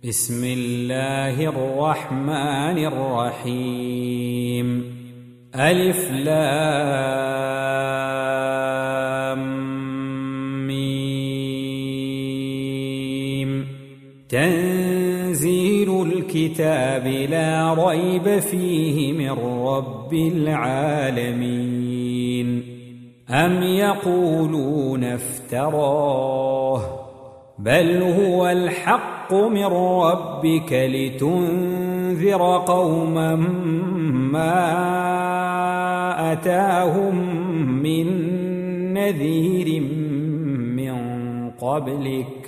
بسم الله الرحمن الرحيم. ألف لام ميم. تنزيل الكتاب لا ريب فيه من رب العالمين. أم يقولون افتراه بل هو الحق من ربك لتنذر قوما ما أتاهم من نذير من قبلك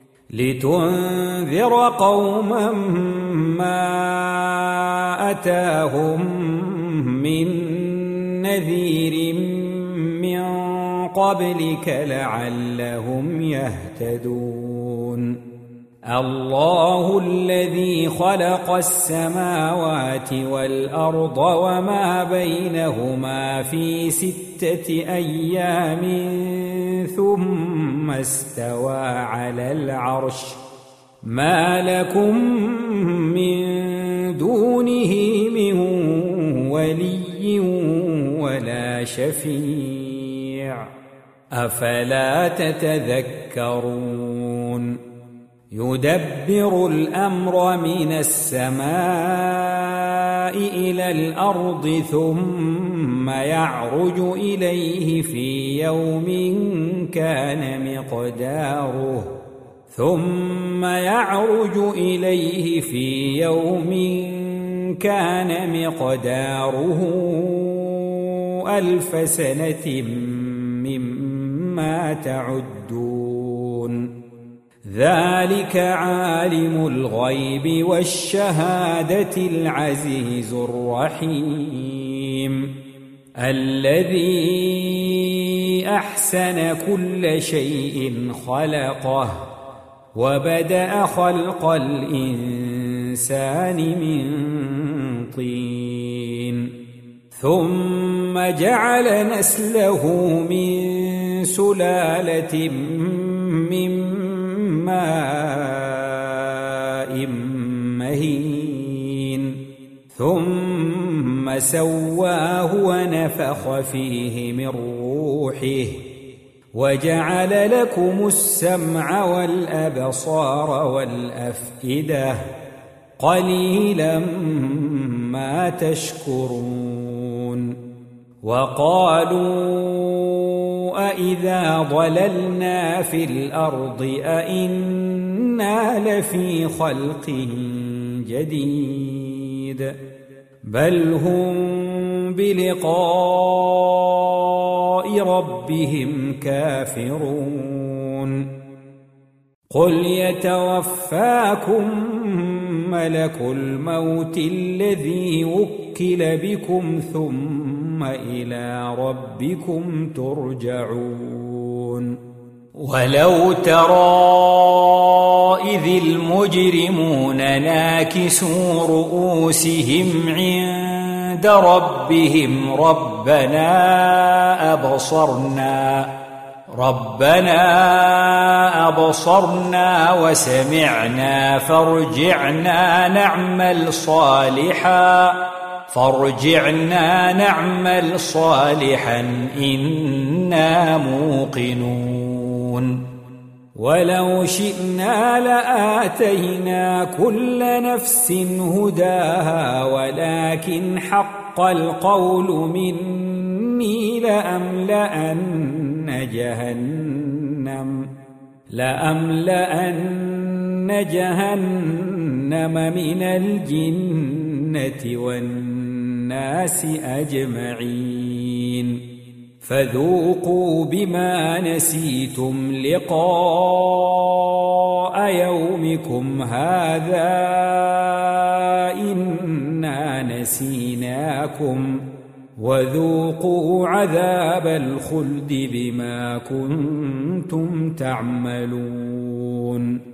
لعلهم يهتدون. الله الذي خلق السماوات والأرض وما بينهما في 6 أيام ثم استوى على العرش. ما لكم من دونه من ولي ولا شفيع أفلا تتذكرون. يدبر الأمر من السماء إلى الأرض ثم يعرج إليه في يوم كان مقداره 1000 سنة مما تعدون. ذلك عالم الغيب والشهادة العزيز الرحيم. الذي أحسن كل شيء خلقه وبدأ خلق الإنسان من طين ثم جعل نسله من سلالة من ماء مهين ثم سواه ونفخ فيه من روحه وجعل لكم السمع والأبصار والأفئدة قليلا ما تشكرون. وقالوا أإذا ضللنا في الأرض أإنا لفي خلق جديد بل هم بلقاء ربهم كافرون. قل يتوفاكم ملك الموت الذي وكل بكم ثم إلى ربكم ترجعون. ولو ترى إذ المجرمون ناكسوا رؤوسهم عند ربهم ربنا أبصرنا وسمعنا فارجعنا نعمل صالحا إنا موقنون. ولو شئنا لآتينا كل نفس هداها ولكن حق القول مني لأملأن جهنم من الجنة والناس أجمعين. فذوقوا بما نسيتم لقاء يومكم هذا إنا نسيناكم وذوقوا عذاب الخلد بما كنتم تعملون.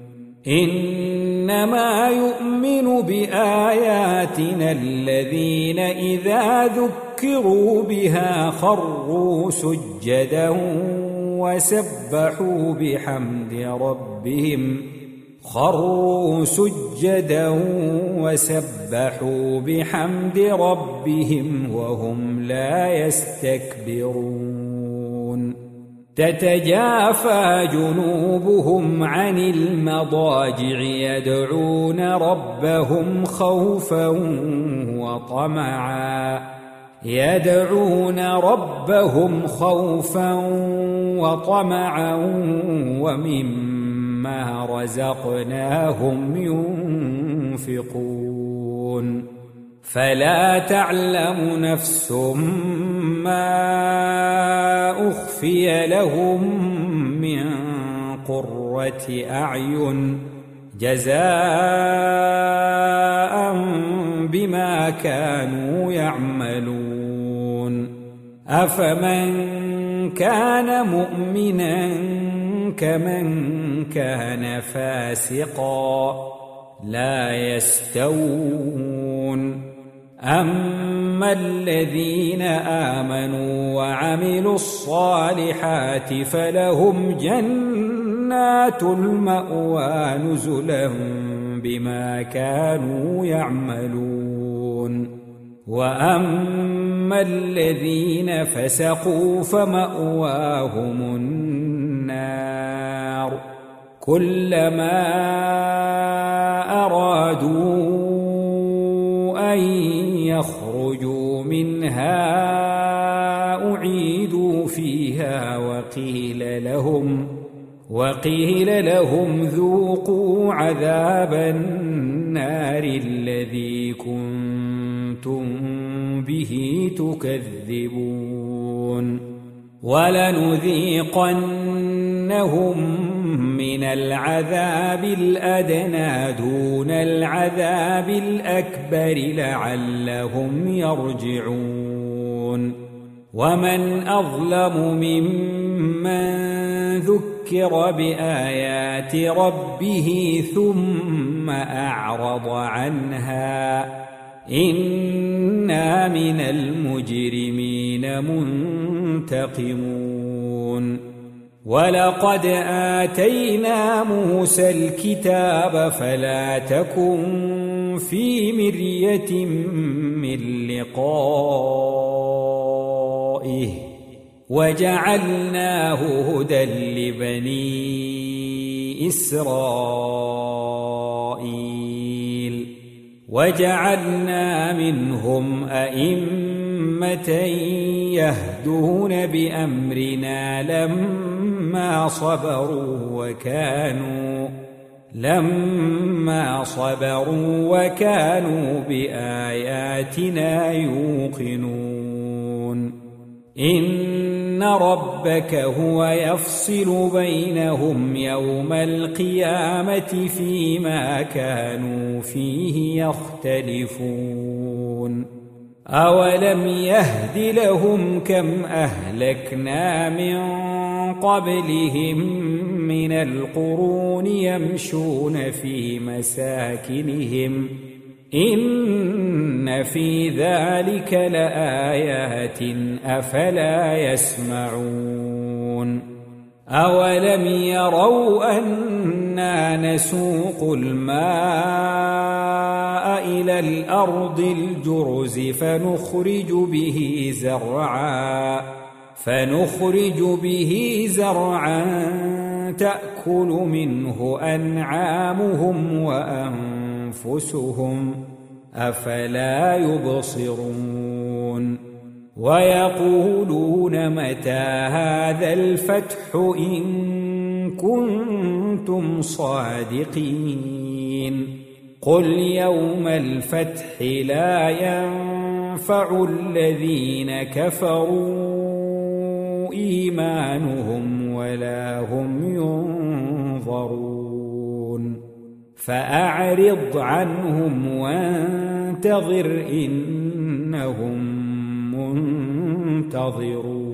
إنما يؤمن بآياتنا الذين إذا ذكروا بها خروا سجدا وسبحوا بحمد ربهم خروا سجدا وسبحوا بحمد ربهم وهم لا يستكبرون تتجافى جنوبهم عن المضاجع يدعون ربهم خوفا وطمعا ومما رزقناهم ينفقون فلا تعلم نفس ما أخفي لهم من قرة أعين جزاء بما كانوا يعملون أفمن كان مؤمنا كمن كان فاسقا لا يستوون أما الذين آمنوا وعملوا الصالحات فلهم جنات المأوى نزلا بما كانوا يعملون وأما الذين فسقوا فمأواهم النار كلما أرادوا أن يخرجوا منها أعيدوا فيها وقيل لهم ذوقوا عذاب النار الذي كنتم به تكذبون ولنذيقنهم من العذاب الأدنى دون العذاب الأكبر لعلهم يرجعون ومن أظلم ممن ذكر بآيات ربه ثم أعرض عنها إنا من المجرمين منتقمون ولقد آتينا موسى الكتاب فلا تكن في مرية من لقائه وجعلناه هدى لبني إسرائيل وجعلنا منهم أئمة يهدون بأمرنا لما صبروا وكانوا بآياتنا يوقنون إن ربك هو يفصل بينهم يوم القيامة فيما كانوا فيه يختلفون أولم يهد لهم كم أهلكنا من قبلهم من القرون يمشون في مساكنهم إن في ذلك لآيات أفلا يسمعون أولم يروا أنا نسوق الماء إلى الأرض الجرز فنخرج به زرعا تأكل منه أنعامهم وأنفسهم أفلا يبصرون ويقولون متى هذا الفتح إن كنتم صادقين قل يوم الفتح لا ينفع الذين كفروا إيمانهم ولا هم ينظرون فأعرض عنهم وانتظر إنهم منتظرون